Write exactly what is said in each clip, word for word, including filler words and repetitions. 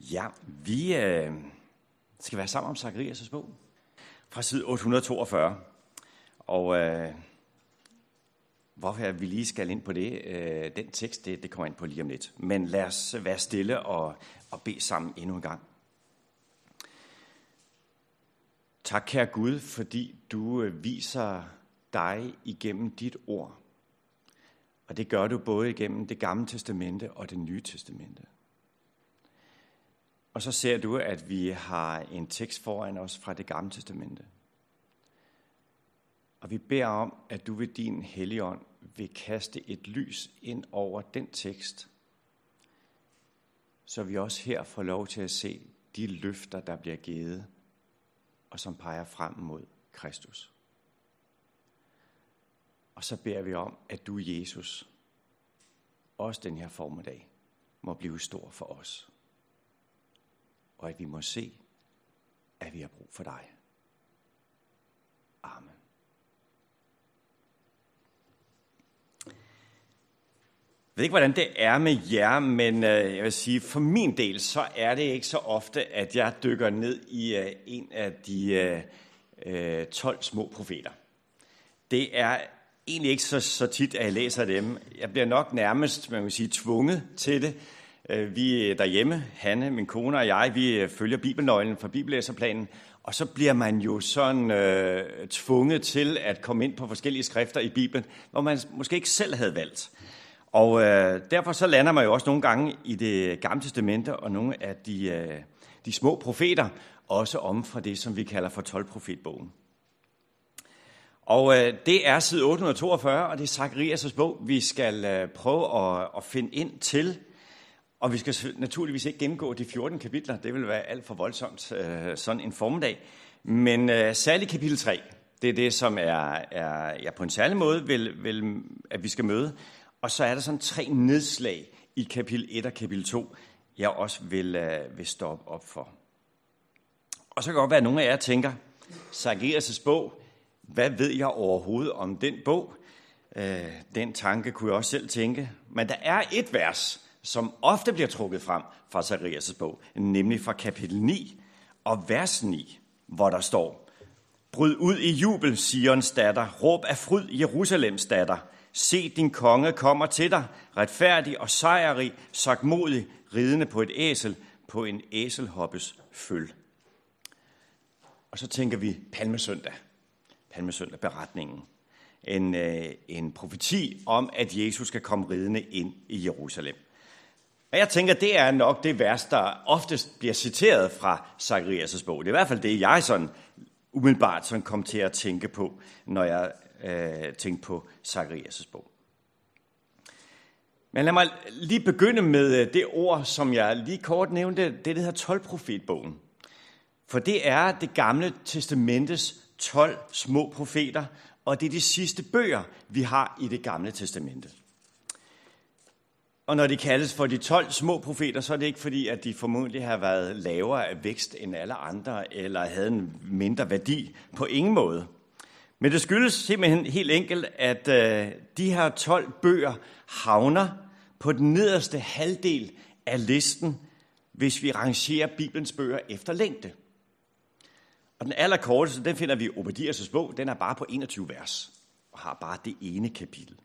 Ja, vi øh, skal være sammen om Zacharias' bog fra side otte hundrede toogfyrre. Og øh, hvorfor vi lige skal ind på det, øh, den tekst, det, det kommer ind på lige om lidt. Men lad os være stille og, og bede sammen endnu en gang. Tak, kære Gud, fordi du viser dig igennem dit ord. Og det gør du både igennem det gamle testamente og det nye testamente. Og så ser du, at vi har en tekst foran os fra det gamle testamente. Og vi beder om, at du ved din Helligånd vil kaste et lys ind over den tekst, så vi også her får lov til at se de løfter, der bliver givet, og som peger frem mod Kristus. Og så beder vi om, at du, Jesus, også den her formiddag, må blive stor for os. Og at vi må se, at vi har brug for dig. Amen. Jeg ved ikke, hvordan det er med jer, men jeg vil sige, for min del, så er det ikke så ofte, at jeg dykker ned i en af de tolv små profeter. Det er egentlig ikke så, så tit, at jeg læser dem. Jeg bliver nok nærmest, man vil sige, tvunget til det. Vi derhjemme, Hanne, min kone og jeg, vi følger bibelnøglen fra bibellæserplanen, og så bliver man jo sådan øh, tvunget til at komme ind på forskellige skrifter i Bibelen, hvor man måske ikke selv havde valgt. Og øh, derfor så lander man jo også nogle gange i det gamle testamente og nogle af de, øh, de små profeter, også om fra det, som vi kalder for tolv-profetbogen. Og øh, det er side otte hundrede toogfyrre, og det er Zacharias' bog, vi skal øh, prøve at, at finde ind til. Og vi skal naturligvis ikke gennemgå de fjorten kapitler, det vil være alt for voldsomt øh, sådan en formiddag. Men øh, særligt kapitel tre, det er det, som er, er ja, på en særlig måde, vil, vil, at vi skal møde. Og så er der sådan tre nedslag i kapitel et og kapitel to, jeg også vil, øh, vil stoppe op for. Og så kan godt være, at nogle af jer tænker, Zacharias' bog, hvad ved jeg overhovedet om den bog? Øh, den tanke kunne jeg også selv tænke. Men der er et vers, som ofte bliver trukket frem fra Zacharias' bog, nemlig fra kapitel ni og vers ni, hvor der står: Bryd ud i jubel, Sions datter, råb af fryd, Jerusalems datter. Se, din konge kommer til dig, retfærdig og sejrrig, sagtmodig, ridende på et æsel, på en æselhoppes føl. Og så tænker vi Palmesøndag, Palmesøndag beretningen. En, øh, en profeti om, at Jesus skal komme ridende ind i Jerusalem. Og jeg tænker, det er nok det vers, der oftest bliver citeret fra Zacharias' bog. Det er i hvert fald det, jeg sådan umiddelbart sådan kom til at tænke på, når jeg øh, tænkte på Zacharias' bog. Men lad mig lige begynde med det ord, som jeg lige kort nævnte, det det hedder tolv-profetbogen. For det er det gamle testamentes tolv små profeter, og det er de sidste bøger, vi har i det gamle testamente. Og når de kaldes for de tolv små profeter, så er det ikke fordi, at de formodentlig har været lavere af vækst end alle andre, eller havde en mindre værdi på ingen måde. Men det skyldes simpelthen helt enkelt, at øh, de her tolv bøger havner på den nederste halvdel af listen, hvis vi rangerer Bibelens bøger efter længde. Og den allerkorteste, den finder vi i Obadias' bog, den er bare på enogtyve vers, og har bare det ene kapitel.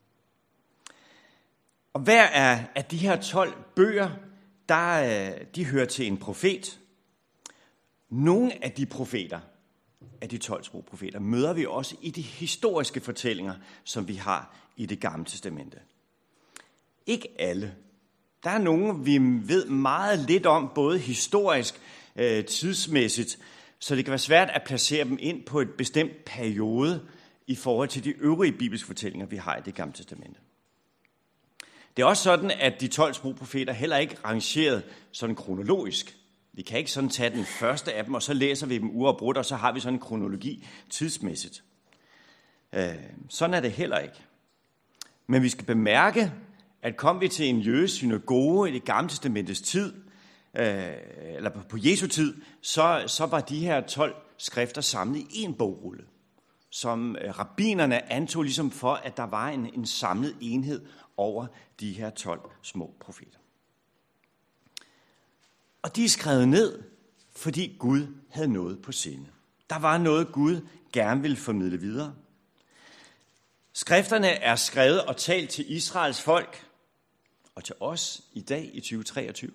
Og hver af, af de her tolv bøger, der, de hører til en profet. Nogle af de profeter, af de tolv små profeter, møder vi også i de historiske fortællinger, som vi har i det gamle testamente. Ikke alle. Der er nogle, vi ved meget lidt om, både historisk, øh, tidsmæssigt, så det kan være svært at placere dem ind på et bestemt periode i forhold til de øvrige bibelske fortællinger, vi har i det gamle testamente. Det er også sådan, at de tolv små profeter heller ikke rangeret sådan kronologisk. Vi kan ikke sådan tage den første af dem, og så læser vi dem uafbrudt, og så har vi sådan en kronologi tidsmæssigt. Sådan er det heller ikke. Men vi skal bemærke, at kom vi til en jødisk synagoge i det gamle testamentets tid, eller på Jesu tid, så, så var de her tolv skrifter samlet i en bogrulle, som rabbinerne antog ligesom for, at der var en, en samlet enhed over de her tolv små profeter. Og de er skrevet ned, fordi Gud havde noget på sinde. Der var noget, Gud gerne ville formidle videre. Skrifterne er skrevet og talt til Israels folk, og til os i dag i tyve treogtyve.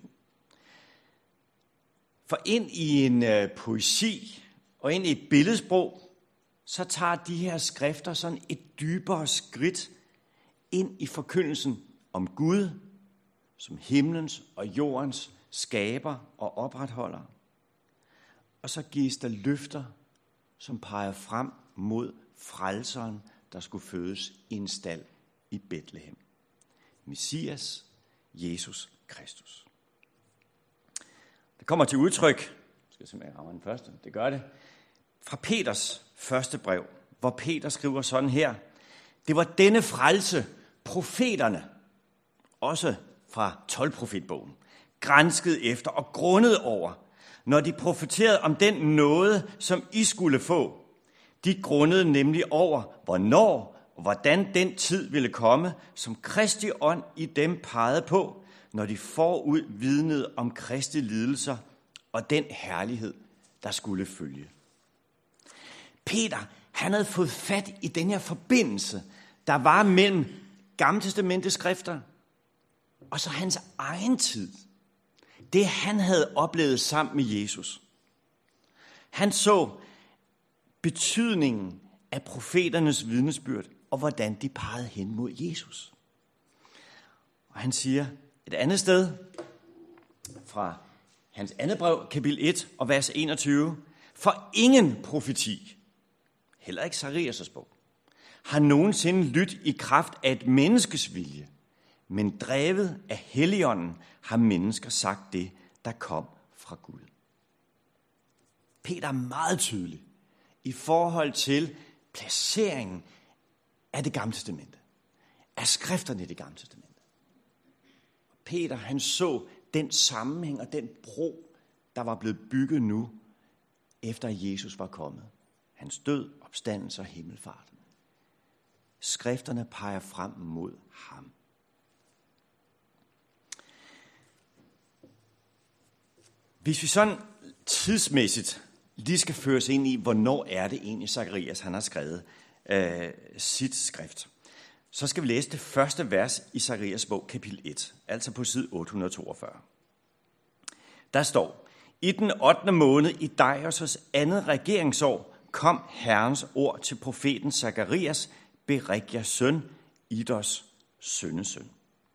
For ind i en øh, poesi og ind i et billedsprog, så tager de her skrifter sådan et dybere skridt ind i forkyndelsen om Gud, som himlens og jordens skaber og opretholder. Og så gives der løfter, som peger frem mod frelseren, der skulle fødes i en stald i Betlehem. Messias, Jesus Kristus. Det kommer til udtryk, jeg skal simpelthen ramme den første, det gør det, fra Peters første brev, hvor Peter skriver sådan her: det var denne frelse, profeterne, også fra tolv-profetbogen, granskede efter og grundede over, når de profeterede om den nåde, som I skulle få. De grundede nemlig over, hvornår og hvordan den tid ville komme, som Kristi ånd i dem pegede på, når de forud vidnede om Kristi lidelser og den herlighed, der skulle følge. Peter, han havde fået fat i den her forbindelse, der var mellem Gamle Testamentets skrifter og så hans egen tid. Det han havde oplevet sammen med Jesus. Han så betydningen af profeternes vidnesbyrd og hvordan de pegede hen mod Jesus. Og han siger et andet sted fra hans andet brev, kapitel et og vers enogtyve: for ingen profeti, heller ikke Zacharias' bog, har nogensinde lyttet i kraft af et menneskes vilje, men drevet af Helligånden har mennesker sagt det, der kom fra Gud. Peter er meget tydelig i forhold til placeringen af det gamle testamente, af skrifterne i det gamle testamente. Peter, han så den sammenhæng og den bro, der var blevet bygget nu, efter Jesus var kommet. Hans død, opstandelse og himmelfart. Skrifterne peger frem mod ham. Hvis vi sådan tidsmæssigt lige skal føres ind i, hvornår er det egentlig Zacharias, han har skrevet øh, sit skrift, så skal vi læse det første vers i Zacharias bog, kapitel et, altså på side otte hundrede toogfyrre. Der står: i den ottende måned i Darius' andet regeringsår kom Herrens ord til profeten Zacharias, Berekjas søn, Idos sønnesøn.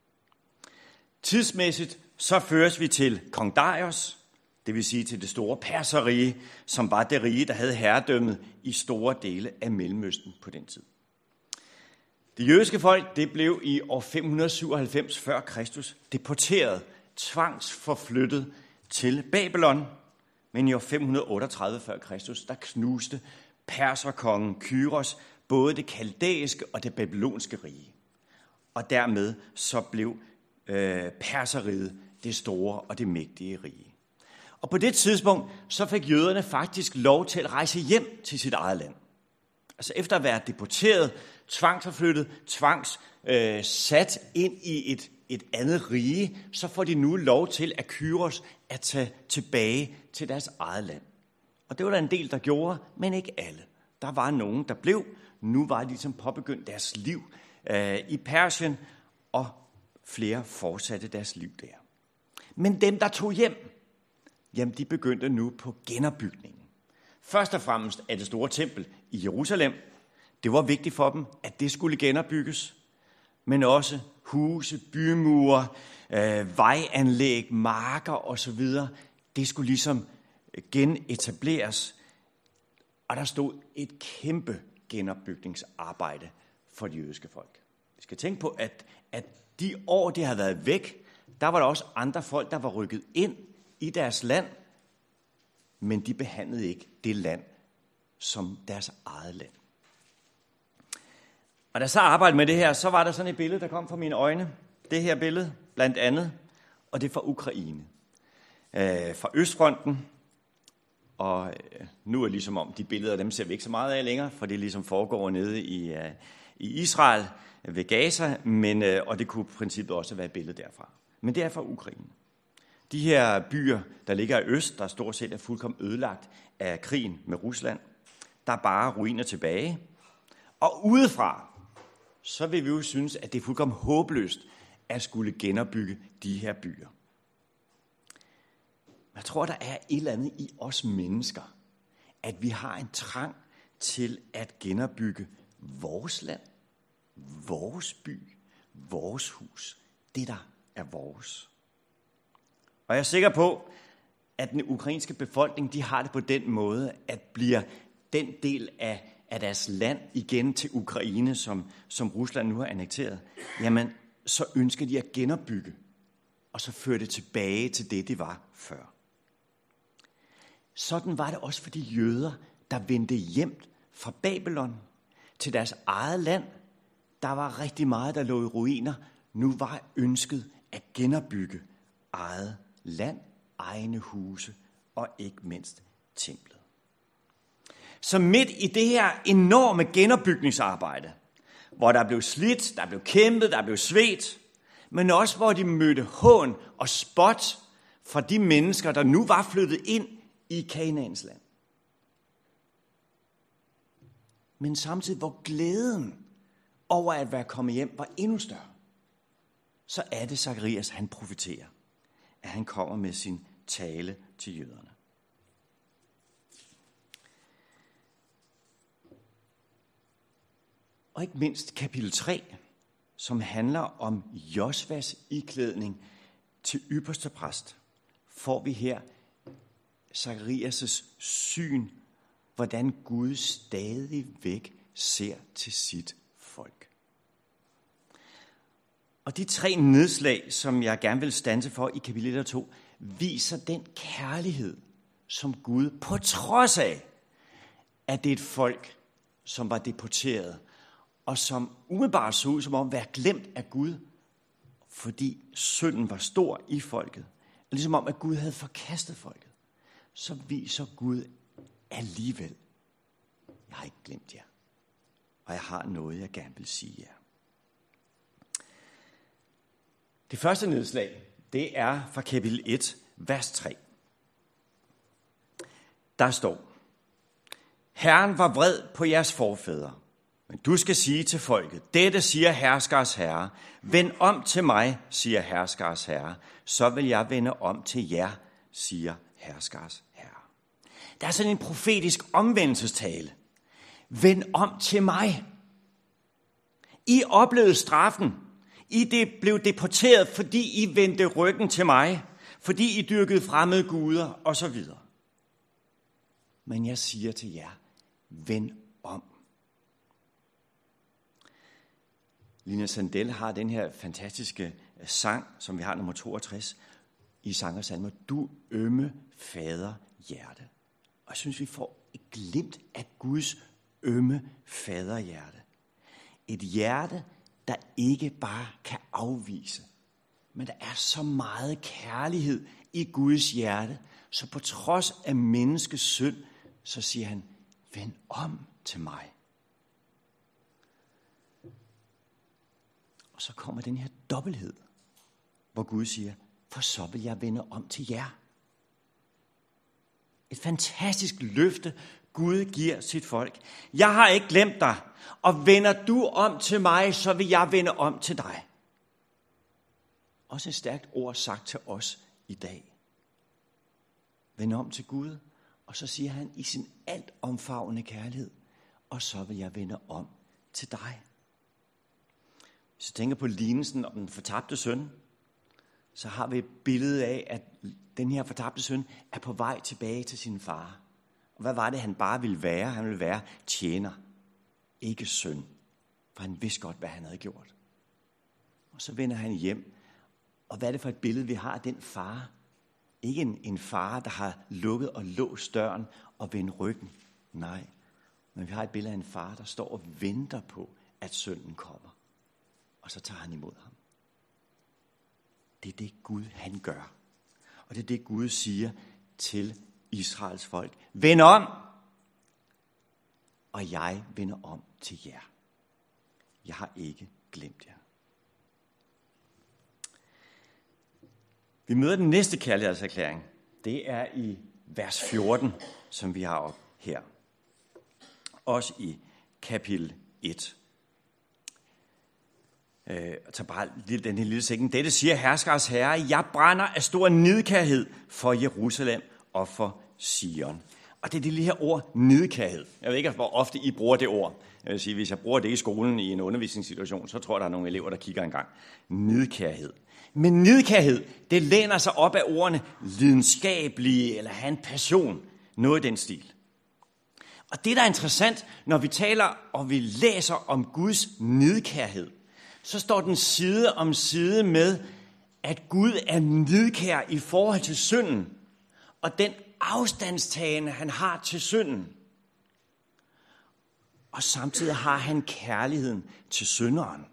Tidsmæssigt så føres vi til kong Darius, det vil sige til det store perserrige, som var det rige, der havde herredømmet i store dele af Mellemøsten på den tid. Det jødiske folk, det blev i år fem hundrede syvoghalvfems før Kristus deporteret, tvangsforflyttet til Babylon, men i år fem hundrede otteogtredive før Kristus, der knuste perserkongen Kyros både det kaldæiske og det babylonske rige. Og dermed så blev øh, perserriget det store og det mægtige rige. Og på det tidspunkt, så fik jøderne faktisk lov til at rejse hjem til sit eget land. Altså efter at være deporteret, tvangsforflyttet, tvangs øh, sat ind i et, et andet rige, så får de nu lov til at Kyros at tage tilbage til deres eget land. Og det var der en del, der gjorde, men ikke alle. Der var nogen, der blev. Nu var de ligesom påbegyndt deres liv øh, i Persien, og flere fortsatte deres liv der. Men dem, der tog hjem, jamen de begyndte nu på genopbygningen. Først og fremmest af det store tempel i Jerusalem. Det var vigtigt for dem, at det skulle genopbygges. Men også huse, bymure, øh, vejanlæg, marker osv. Det skulle ligesom genetableres. Og der stod et kæmpe genopbygningsarbejde for de jødiske folk. Vi skal tænke på, at, at de år, det havde været væk, der var der også andre folk, der var rykket ind i deres land, men de behandlede ikke det land som deres eget land. Og da jeg så arbejdede med det her, så var der sådan et billede, der kom fra mine øjne. Det her billede, blandt andet, og det er fra Ukraine. Øh, fra Østfronten, og øh, nu er det ligesom om, de billeder, dem ser vi ikke så meget af længere, for det ligesom foregår nede i, øh, i Israel ved Gaza, men, øh, og det kunne i princippet også være et billede derfra. Men det er fra Ukraine. De her byer, der ligger i øst, der stort set er fuldkommen ødelagt af krigen med Rusland. Der er bare ruiner tilbage. Og udefra, så vil vi jo synes, at det er fuldkommen håbløst at skulle genopbygge de her byer. Jeg tror, der er et eller andet i os mennesker, at vi har en trang til at genopbygge vores land, vores by, vores hus. Det, der er vores. Og jeg er sikker på, at den ukrainske befolkning, de har det på den måde, at bliver den del af, af deres land igen til Ukraine, som, som Rusland nu har annekteret, jamen, så ønsker de at genopbygge, og så føre det tilbage til det, det var før. Sådan var det også for de jøder, der vendte hjem fra Babylon til deres eget land. Der var rigtig meget, der lå i ruiner. Nu var ønsket at genopbygge eget land, egne huse og ikke mindst templet. Så midt i det her enorme genopbygningsarbejde, hvor der blev slidt, der blev kæmpet, der blev svedt, men også hvor de mødte hån og spot fra de mennesker, der nu var flyttet ind i Kanaans land. Men samtidig hvor glæden over at være kommet hjem var endnu større, så er det Zakarias, han profeterer, at han kommer med sin tale til jøderne. Og ikke mindst kapitel tre, som handler om Josvas iklædning til ypperste præst, får vi her Zakarias' syn, hvordan Gud stadigvæk ser til sit folk. Og de tre nedslag, som jeg gerne vil standse for i kapitel et og to, viser den kærlighed, som Gud, på trods af, at det er et folk, som var deporteret, og som umiddelbart så ud som om at være glemt af Gud, fordi synden var stor i folket, ligesom om at Gud havde forkastet folket, så viser Gud alligevel, jeg har ikke glemt jer, og jeg har noget, jeg gerne vil sige jer. Det første nedslag, det er fra kapitel et, vers tre. Der står, Herren var vred på jeres forfædre, men du skal sige til folket, dette siger herskers herre, vend om til mig, siger herskers herre, så vil jeg vende om til jer, siger herskers herre. Der er sådan en profetisk omvendelsestale. Vend om til mig. I oplevede straffen. I det blev deporteret, fordi I vendte ryggen til mig, fordi I dyrkede fremmede guder osv. Men jeg siger til jer, vend om. Lina Sandel har den her fantastiske sang, som vi har nummer toogtres i Sang og Salmer. Du ømme fader hjerte. Og jeg synes, vi får et glimt af Guds ømme faderhjerte. Et hjerte, der ikke bare kan afvise, men der er så meget kærlighed i Guds hjerte, så på trods af menneskets synd, så siger han, vend om til mig. Og så kommer den her dobbelthed, hvor Gud siger, for så vil jeg vende om til jer. Et fantastisk løfte, Gud giver sit folk. Jeg har ikke glemt dig, og vender du om til mig, så vil jeg vende om til dig. Også et stærkt ord sagt til os i dag. Vend om til Gud, og så siger han i sin alt omfavnende kærlighed, og så vil jeg vende om til dig. Hvis jeg tænker på lignelsen om den fortabte søn, så har vi et billede af, at den her fortabte søn er på vej tilbage til sin far. Og hvad var det, han bare ville være? Han ville være tjener, ikke søn. For han vidste godt, hvad han havde gjort. Og så vender han hjem. Og hvad er det for et billede, vi har af den far? Ikke en, en far, der har lukket og låst døren og vendt ryggen. Nej, men vi har et billede af en far, der står og venter på, at sønnen kommer. Og så tager han imod ham. Det er det Gud, han gør. Og det er det Gud siger til Israels folk. Vend om, og jeg vender om til jer. Jeg har ikke glemt jer. Vi møder den næste kærlighedserklæring. Det er i vers fjorten, som vi har op her. Også i kapitel et. Øh, tag bare den her lille sækken. Dette siger herskers herre, jeg brænder af stor nidkærhed for Jerusalem og for Sion. Og det er det lille her ord, nidkærhed. Jeg ved ikke, hvor ofte I bruger det ord. Jeg vil sige, hvis jeg bruger det i skolen i en undervisningssituation, så tror jeg, der er nogle elever, der kigger engang. Nidkærhed. Men nidkærhed, det læner sig op af ordene lidenskabelige eller have en passion. Noget i den stil. Og det, der er interessant, når vi taler og vi læser om Guds nidkærhed, så står den side om side med, at Gud er nidkær i forhold til synden, og den afstandstagende, han har til synden. Og samtidig har han kærligheden til synderen.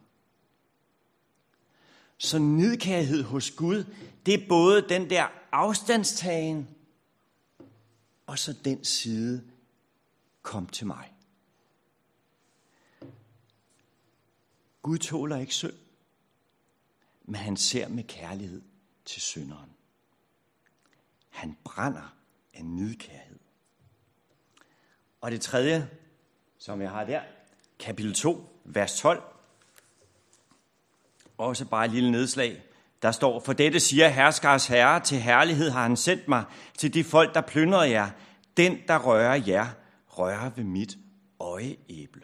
Så nidkærhed hos Gud, det er både den der afstandstagen, og så den side, kom til mig. Gud tåler ikke synd, men han ser med kærlighed til synderen. Han brænder af nidkærhed. Og det tredje, som jeg har der, kapitel to, vers tolv. Også bare et lille nedslag. Der står, for dette siger herskers herre, til herlighed har han sendt mig, til de folk, der plyndrer jer. Den, der rører jer, rører ved mit øjeæble.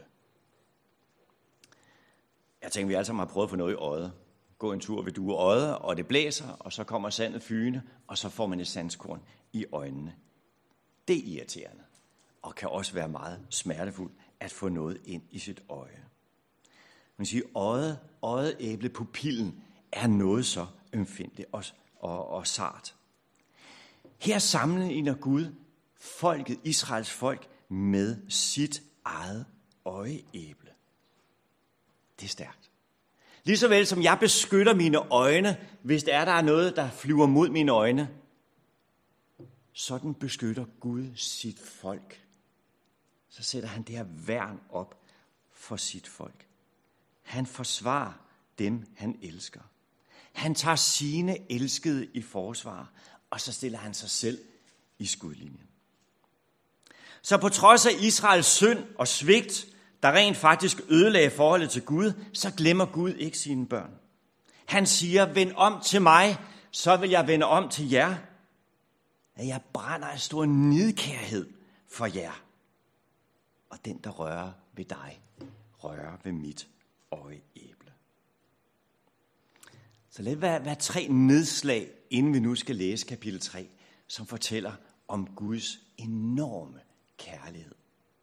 Jeg tænker, vi alle sammen har prøvet at få noget i øjet. Gå en tur ved Due Odde, og det blæser, og så kommer sandet fygende, og så får man et sandskorn i øjnene. Det er irriterende, og kan også være meget smertefuldt at få noget ind i sit øje. Man siger, øjet, øjeæble, pupillen er noget så ømfindtligt og, og, og sart. Her sammenligner Gud folket, Israels folk, med sit eget øjeæble. Det er stærkt. Ligeså vel som jeg beskytter mine øjne, hvis der er, der er noget, der flyver mod mine øjne, sådan beskytter Gud sit folk. Så sætter han det her værn op for sit folk. Han forsvarer dem, han elsker. Han tager sine elskede i forsvar, og så stiller han sig selv i skudlinjen. Så på trods af Israels synd og svigt, der rent faktisk ødelagde forholdet til Gud, så glemmer Gud ikke sine børn. Han siger, vend om til mig, så vil jeg vende om til jer. At jeg brænder af stor nidkærhed for jer. Og den, der rører ved dig, rører ved mit øjeæble. Så lad være, være tre nedslag, inden vi nu skal læse kapitel tre, som fortæller om Guds enorme kærlighed.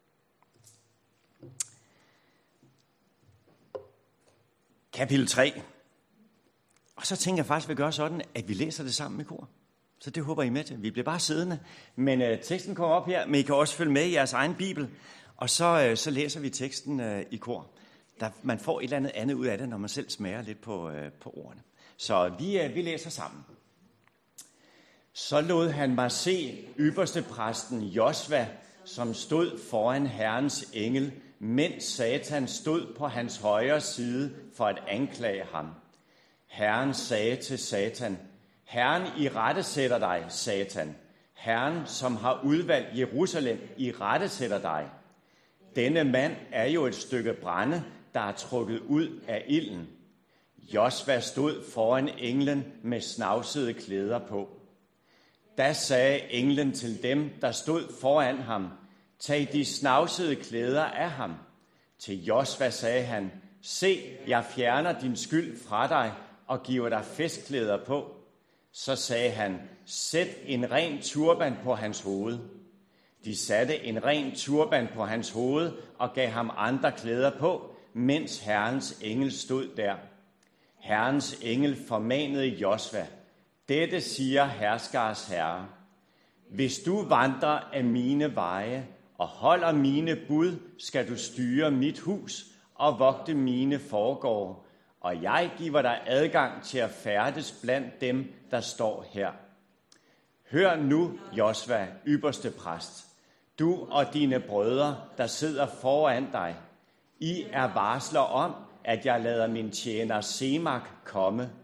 Kapitel tre. Og så tænker jeg faktisk, at vi gør sådan, at vi læser det sammen med kor. Så det håber I med til. Vi bliver bare siddende. Men øh, teksten kommer op her, men I kan også følge med i jeres egen bibel. Og så, øh, så læser vi teksten øh, i kor. Der, man får et eller andet andet ud af det, når man selv smager lidt på, øh, på ordene. Så vi, øh, vi læser sammen. Så lod han mig se ypperste præsten Josva, som stod foran Herrens engel, mens Satan stod på hans højre side for at anklage ham. Herren sagde til Satan, Herren irettesætter dig, Satan. Herren, som har udvalgt Jerusalem, irettesætter dig. Denne mand er jo et stykke brænde, der er trukket ud af ilden. Josva stod foran englen med snavsede klæder på. Da sagde englen til dem, der stod foran ham, tag de snavsede klæder af ham. Til Josva sagde han, se, jeg fjerner din skyld fra dig og giver dig festklæder på. Så sagde han, sæt en ren turban på hans hoved. De satte en ren turban på hans hoved og gav ham andre klæder på, mens Herrens engel stod der. Herrens engel formanede Josva, dette siger herskers herre. Hvis du vandrer af mine veje og holder mine bud, skal du styre mit hus og vogte mine forgårde, og jeg giver dig adgang til at færdes blandt dem, der står her. Hør nu, Josva, ypperste præst, du og dine brødre, der sidder foran dig. I er varsler om, at jeg lader min tjener Semak komme,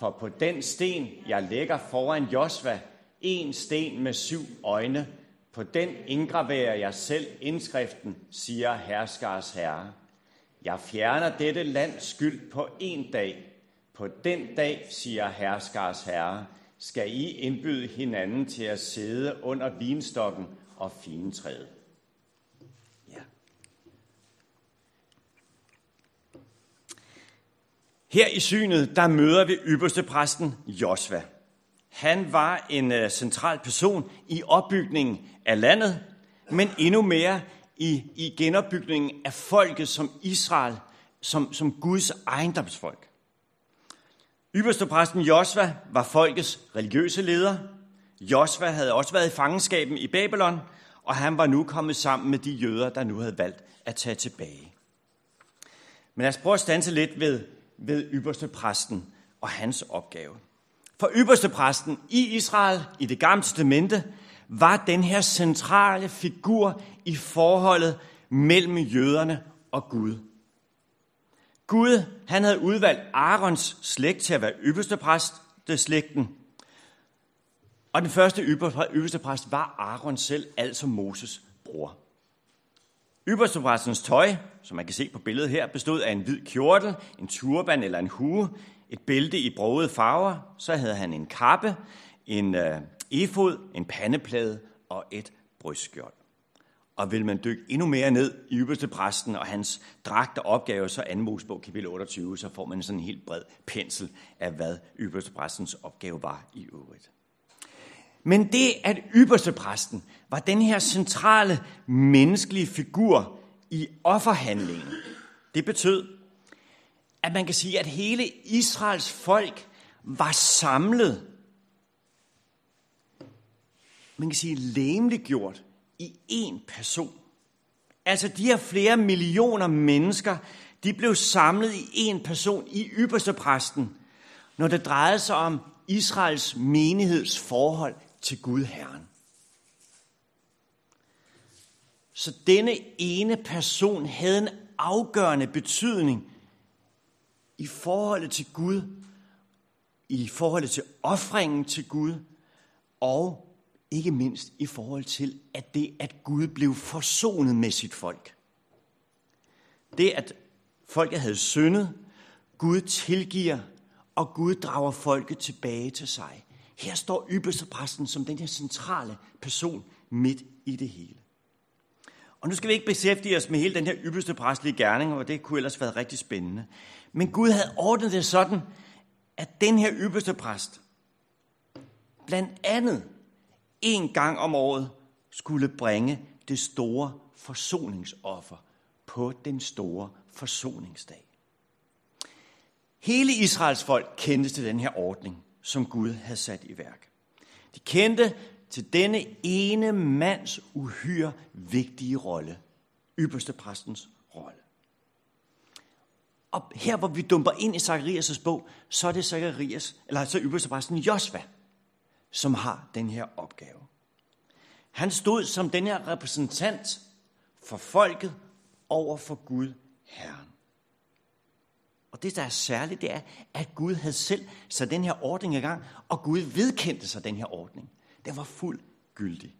For på den sten, jeg lægger foran Josva, en sten med syv øjne, på den indgraverer jeg selv indskriften, siger herskers herre. Jeg fjerner dette lands skyld på en dag. På den dag, siger herskers herre, skal I indbyde hinanden til at sidde under vinstokken og fintræet. Ja. Her i synet, der møder vi ypperstepræsten Josva. Han var en uh, central person i opbygningen af landet, men endnu mere i, i genopbygningen af folket som Israel, som, som Guds ejendomsfolk. Ypperstepræsten Josva var folkets religiøse leder. Josva havde også været i fangenskaben i Babylon, og han var nu kommet sammen med de jøder, der nu havde valgt at tage tilbage. Men lad os prøve at standse lidt ved, ved ypperstepræsten og hans opgave. For ypperstepræsten i Israel, i det gamle testamente, var den her centrale figur i forholdet mellem jøderne og Gud. Gud, han havde udvalgt Aarons slægt til at være ypperstepræsteslægten. Og den første ypperstepræst var Aaron selv, altså Moses bror. Ypperstepræstens tøj, som man kan se på billedet her, bestod af en hvid kjortel, en turban eller en hue, et bælte i brogede farver, så havde han en kappe, en øh, efod, en pandeplade og et brystskjold. Og vil man dykke endnu mere ned i ypperstepræsten og hans dragt og opgaver, så anden Mosebog kapitel otteogtyve, så får man sådan en helt bred pensel af, hvad ypperstepræstens opgave var i øvrigt. Men det, at ypperstepræsten var den her centrale menneskelige figur i offerhandlingen, det betød, at man kan sige, at hele Israels folk var samlet, man kan sige legemliggjort i én person. Altså de her flere millioner mennesker, de blev samlet i én person, i ypperstepræsten, når det drejede sig om Israels menigheds forhold til Gud Herren. Så denne ene person havde en afgørende betydning i forholdet til Gud, i forholdet til ofringen til Gud, og ikke mindst i forhold til, at det, at Gud blev forsonet med sit folk. Det, at folket havde syndet, Gud tilgiver, og Gud drager folket tilbage til sig. Her står ypperstepræsten som den her centrale person midt i det hele. Og nu skal vi ikke beskæftige os med hele den her ypperstepræstlige gerning, og det kunne ellers være rigtig spændende. Men Gud havde ordnet det sådan, at den her ypperstepræst blandt andet en gang om året skulle bringe det store forsoningsoffer på den store forsoningsdag. Hele Israels folk kendte til den her ordning, som Gud havde sat i værk. De kendte til denne ene mands uhyre vigtige rolle, ypperstepræstens rolle. Og her, hvor vi dumper ind i Zakarias' bog, så er det Zakarias, eller så ypperstepræsten Josva, som har den her opgave. Han stod som den her repræsentant for folket over for Gud Herren. Og det, der er særligt, det er, at Gud havde selv sat den her ordning i gang, og Gud vedkendte sig den her ordning. Den var fuldt gyldig.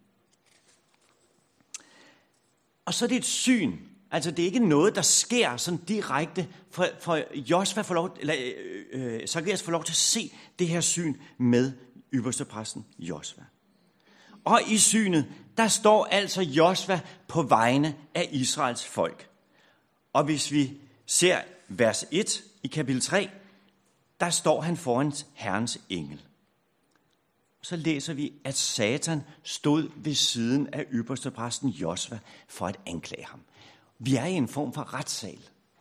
Og så er det et syn. Altså, det er ikke noget, der sker sådan direkte, for, for Josva får lov, eller øh, Zakarias får lov til at se det her syn med ypperstepræsten Josva. Og i synet, der står altså Josva på vegne af Israels folk. Og hvis vi ser vers et i kapitel tre, der står han foran Herrens engel. Så læser vi, at Satan stod ved siden af ypperstepræsten Josva for at anklage ham. Vi er i en form for retssal.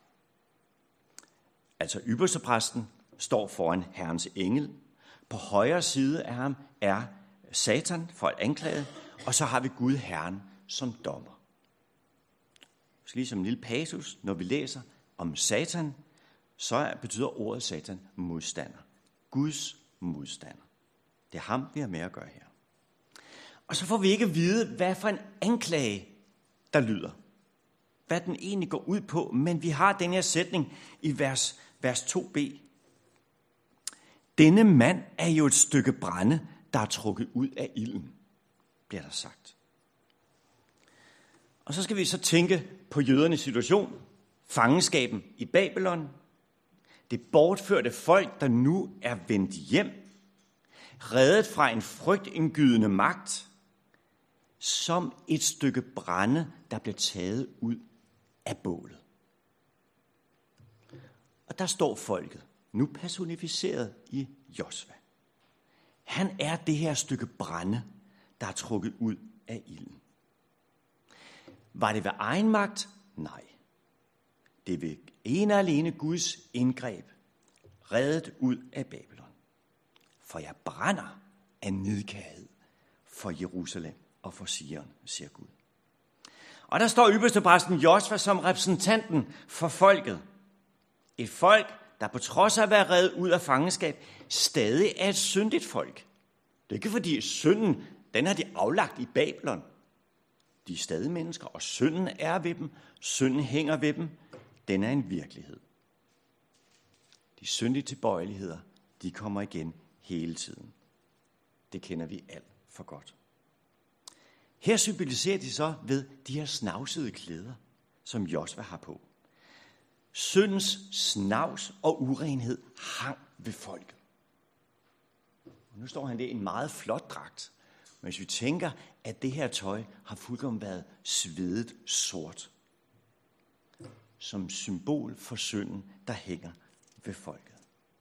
Altså ypperstepræsten står foran Herrens engel. På højre side af ham er Satan for at anklage, og så har vi Gud Herren som dommer. Så lige som en lille passus, når vi læser om Satan, så betyder ordet Satan modstander. Guds modstander. Det er ham, vi har med at gøre her. Og så får vi ikke at vide, hvad for en anklage, der lyder. Hvad den egentlig går ud på, men vi har den her sætning i vers, vers to b. denne mand er jo et stykke brænde, der er trukket ud af ilden, bliver der sagt. Og så skal vi så tænke på jødernes situation, fangenskaben i Babylon, det bortførte folk, der nu er vendt hjem, reddet fra en frygtindgydende magt, som et stykke brænde, der blev taget ud af bålet. Og der står folket, nu personificeret i Josva. Han er det her stykke brænde, der er trukket ud af ilden. Var det ved egen magt? Nej. Det er ved ene og alene Guds indgreb, reddet ud af Babylon. For jeg brænder af nidkærhed for Jerusalem og for Sion, siger Gud. Og der står ypperstepræsten Josva som repræsentanten for folket. Et folk, der på trods af at være reddet ud af fangenskab, stadig er et syndigt folk. Det er ikke fordi synden, den har de aflagt i Babylon. De er stadig mennesker, og synden er ved dem. Synden hænger ved dem. Den er en virkelighed. De syndige tilbøjeligheder, de kommer igen hele tiden. Det kender vi alt for godt. Her symboliserer de så ved de her snavsede klæder, som Josva har på. Syndens snavs og urenhed hang ved folket. Og nu står han der i en meget flot dragt. Men hvis vi tænker, at det her tøj har fuldkommen været svedet sort, som symbol for synden, der hænger ved folket.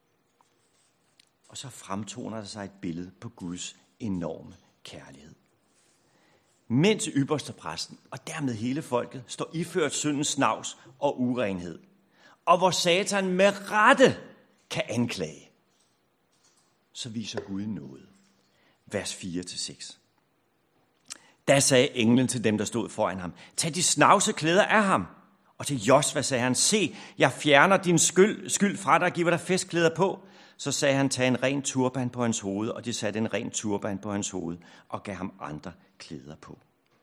Og så fremtoner der sig et billede på Guds enorme kærlighed. Mens ypperstepræsten og dermed hele folket står iført syndens snavs og urenhed, og hvor Satan med rette kan anklage, så viser Gud nåde. Vers fire til seks. Da sagde englen til dem, der stod foran ham, tag de snavse klæder af ham. Og til Josva sagde han, se, jeg fjerner din skyld, skyld fra dig og giver dig festklæder på. Så sagde han, tag en ren turban på hans hoved, og de satte en ren turban på hans hoved og gav ham andre klæder på.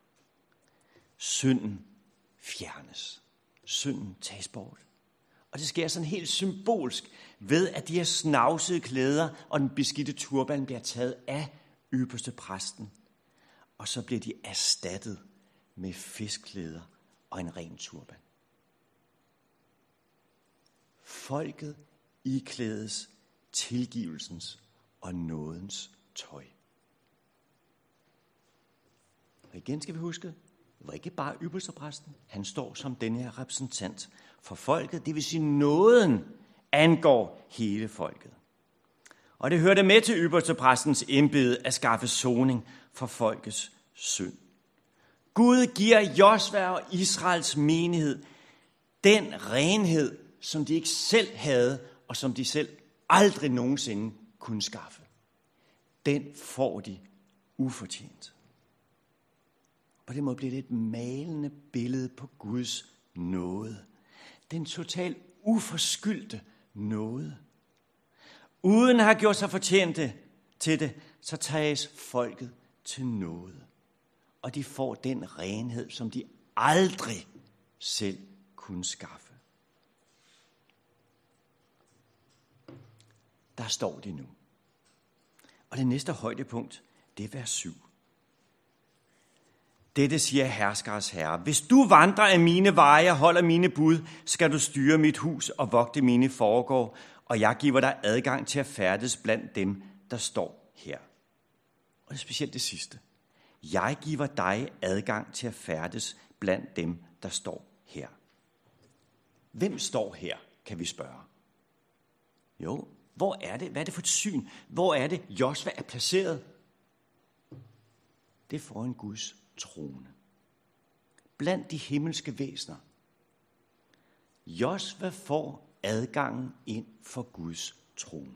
Synden fjernes. Synden tages bort. Og det sker sådan helt symbolsk ved, at de her snavsede klæder og den beskidte turban bliver taget af ypperstepræsten. Og så bliver de erstattet med festklæder og en ren turban. Folket iklædes tilgivelsens og nådens tøj. Og igen skal vi huske, det var ikke bare ypperstepræsten. Han står som denne her repræsentant for folket. Det vil sige, nåden angår hele folket. Og det hørte med til ypperstepræstens embede at skaffe soning for folkets synd. Gud giver Josva og Israels menighed den renhed, som de ikke selv havde, og som de selv aldrig nogensinde kunne skaffe. Den får de ufortjent. På den måde bliver det et malende billede på Guds nåde. Den totalt uforskyldte nåde. Uden at have gjort sig fortjente til det, så tages folket til nåde. Og de får den renhed, som de aldrig selv kunne skaffe. Der står de nu. Og det næste højdepunkt, det er vers syv. Dette siger herskers herre. Hvis du vandrer af mine veje og holder mine bud, skal du styre mit hus og vogte mine foregård, og jeg giver dig adgang til at færdes blandt dem, der står her. Og det er specielt det sidste. Jeg giver dig adgang til at færdes blandt dem, der står her. Hvem står her, kan vi spørge. Jo, hvor er det? Hvad er det for et syn? Hvor er det, Josva er placeret? Det er foran Guds trone. Blandt de himmelske væsener. Josva får adgangen ind for Guds trone.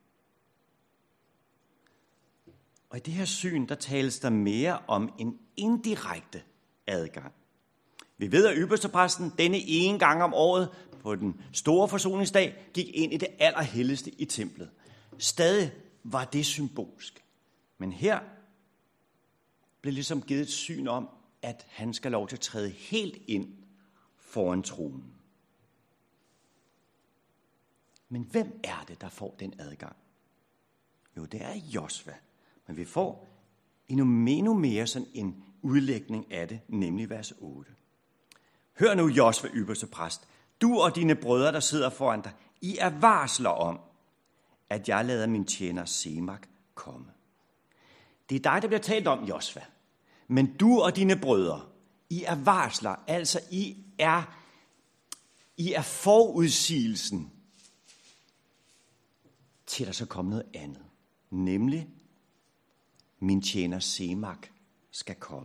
Og i det her syn, der tales der mere om en indirekte adgang. Vi ved, at ypperstepræsten denne ene gang om året på den store forsoningsdag gik ind i det allerhelligste i templet. Stadig var det symbolsk. Men her blev ligesom givet et syn om, at han skal lov til at træde helt ind foran tronen. Men hvem er det, der får den adgang? Jo, det er Josva. Men vi får endnu, endnu mere sådan en udlægning af det, nemlig vers otte. Hør nu, Josva, ypperste præst. Du og dine brødre, der sidder foran dig, I er varsler om, at jeg lader min tjener Semak komme. Det er dig, der bliver talt om, Josva. Men du og dine brødre, I er varsler, altså I er, I er forudsigelsen til der så komme noget andet. Nemlig, min tjener Semak skal komme.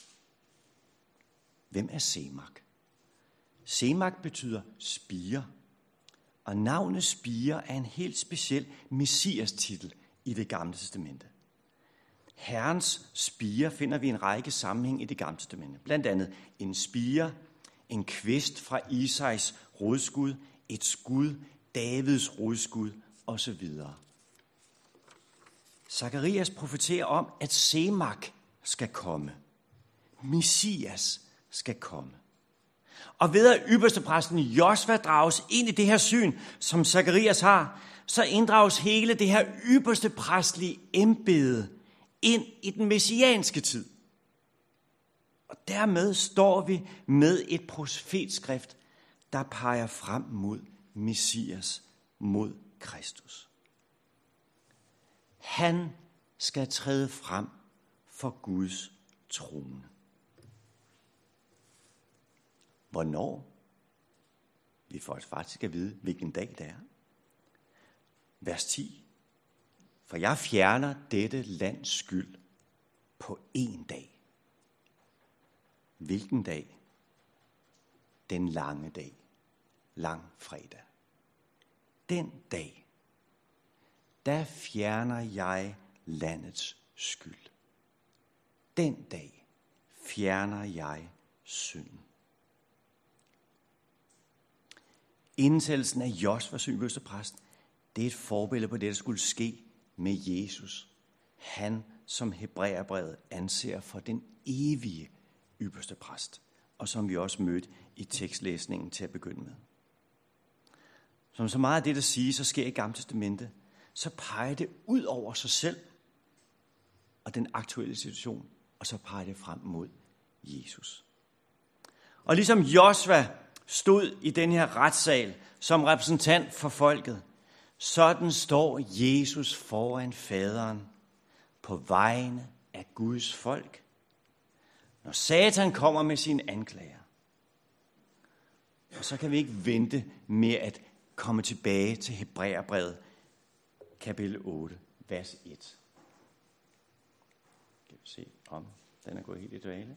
Hvem er Semak? Semak betyder spire, og navnet spire er en helt speciel messias-titel i Det Gamle Testamente. Herrens spire finder vi i en række sammenhæng i Det Gamle Testamente. Blandt andet en spire, en kvist fra Isais rodskud, et skud, Davids rodskud osv. Zakarias profeterer om, at Semak skal komme. Messias skal komme. Og ved at ypperstepræsten Josva drages ind i det her syn, som Zakarias har, så inddrages hele det her ypperstepræstlige embede ind i den messianske tid. Og dermed står vi med et profetskrift, der peger frem mod Messias, mod Kristus. Han skal træde frem for Guds trone. Hvornår? Vi får faktisk at vide, hvilken dag det er. Vers ti. For jeg fjerner dette lands skyld på én dag. Hvilken dag? Den lange dag. Langfredag. Den dag, der fjerner jeg landets skyld. Den dag fjerner jeg synden. Indsættelsen af Josva som ypperste præst, det er et forbillede på det, der skulle ske med Jesus. Han, som Hebræerbrevet anser for den evige ypperste præst, og som vi også mødte i tekstlæsningen til at begynde med. Som så meget af det, der siges, så sker i Gamle Testamente, så peger det ud over sig selv og den aktuelle situation, og så peger det frem mod Jesus. Og ligesom Josva stod i den her retssal som repræsentant for folket, sådan står Jesus foran faderen på vegne af Guds folk, når Satan kommer med sine anklager. Og så kan vi ikke vente med at komme tilbage til Hebræerbrevet, kapitel otte, vers et. Kan vi se, om den er gået helt i dvale?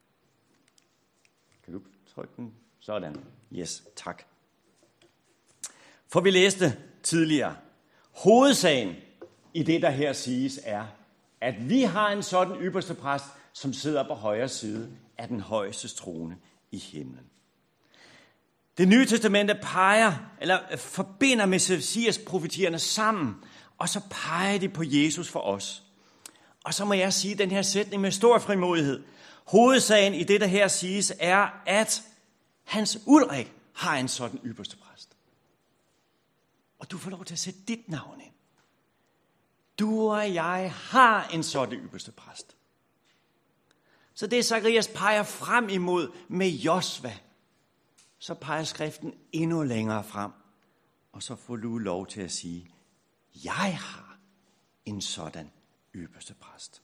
Kan du trykke den? Sådan. Yes, tak. For vi læste tidligere, hovedsagen i det, der her siges, er, at vi har en sådan ypperste præst, som sidder på højre side af den højeste trone i himlen. Det Nye Testamente peger, eller forbinder Messias profetierne sammen, og så peger de på Jesus for os. Og så må jeg sige den her sætning med stor frimodighed. Hovedsagen i det, der her siges, er, at Hans Ulrik har en sådan ypperste præst. Og du får lov til at sætte dit navn ind. Du og jeg har en sådan ypperste præst. Så det Zakarias peger frem imod med Josva, så peger skriften endnu længere frem. Og så får du lov til at sige, jeg har en sådan ypperste præst.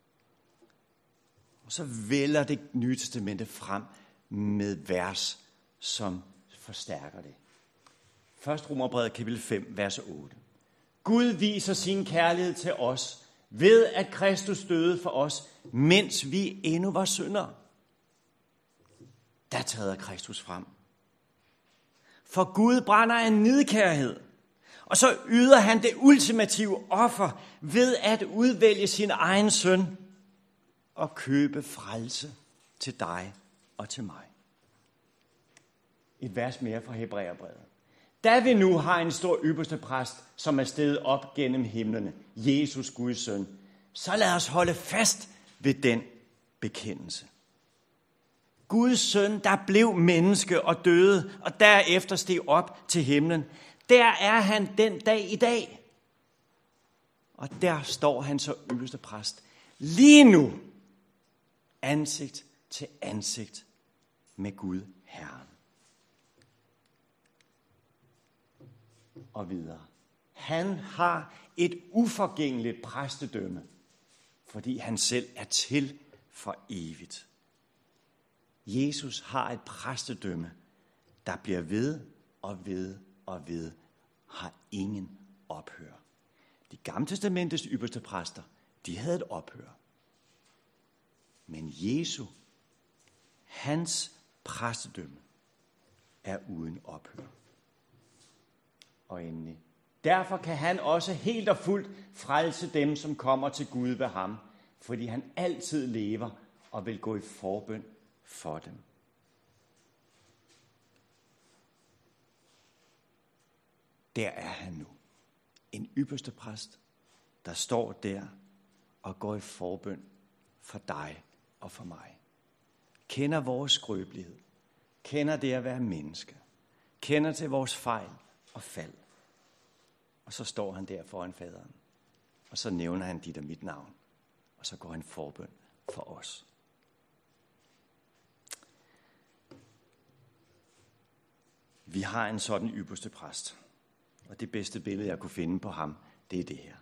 Og så vælger det Nye Testamente frem med vers, som forstærker det. Først Romerbrevet kapitel fem, vers otte. Gud viser sin kærlighed til os, ved at Kristus døde for os, mens vi endnu var syndere. Der træder Kristus frem. For Gud brænder af nidkærhed, og så yder han det ultimative offer ved at udvælge sin egen søn og købe frelse til dig og til mig. Et vers mere fra Hebræerbrevet. Da vi nu har en stor ypperste præst, som er steget op gennem himlene, Jesus Guds søn, så lad os holde fast ved den bekendelse. Guds søn, der blev menneske og døde, og derefter steg op til himlen, der er han den dag i dag. Og der står han så ypperste præst lige nu, ansigt til ansigt med Gud Herren. Og videre. Han har et uforgængeligt præstedømme, fordi han selv er til for evigt. Jesus har et præstedømme, der bliver ved og ved og ved, har ingen ophør. De gamle testamentets ypperste præster, de havde et ophør. Men Jesu, hans præstedømme, er uden ophør. Og endelig, derfor kan han også helt og fuldt frelse dem, som kommer til Gud ved ham, fordi han altid lever og vil gå i forbøn for dem. Der er han nu. En ypperste præst, der står der og går i forbøn for dig og for mig. Kender vores skrøbelighed. Kender det at være menneske. Kender til vores fejl og fald. Og så står han der foran faderen. Og så nævner han dit og mit navn. Og så går han forbøn for os. Vi har en sådan ypperste præst. Og det bedste billede, jeg kunne finde på ham, det er det her.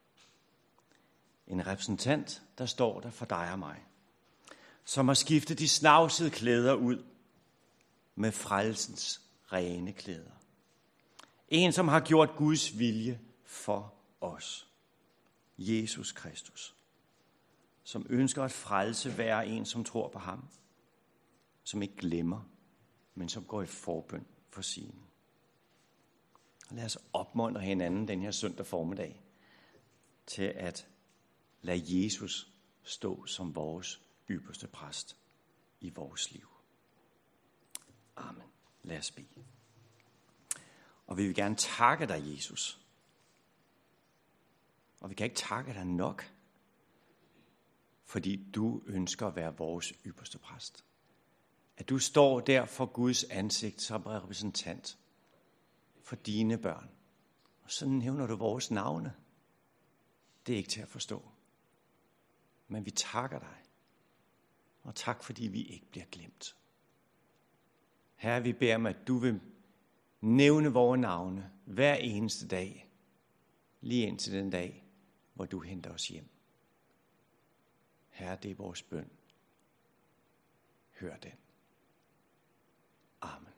En repræsentant, der står der for dig og mig. Som har skiftet de snavsede klæder ud med frelsens rene klæder. En, som har gjort Guds vilje for os. Jesus Kristus. Som ønsker at frelse hver en, som tror på ham. Som ikke glemmer, men som går i forbøn for sine. Lad os opmuntre hinanden den her søndag formiddag til at lade Jesus stå som vores ypperste præst i vores liv. Amen. Lad os bede. Og vi vil gerne takke dig, Jesus. Og vi kan ikke takke dig nok, fordi du ønsker at være vores ypperste præst. At du står der for Guds ansigt som repræsentant for dine børn. Og så nævner du vores navne. Det er ikke til at forstå. Men vi takker dig. Og tak, fordi vi ikke bliver glemt. Herre, vi beder om, at du vil nævne vores navne hver eneste dag. Lige indtil den dag, hvor du henter os hjem. Herre, det er vores bøn. Hør den. Amen.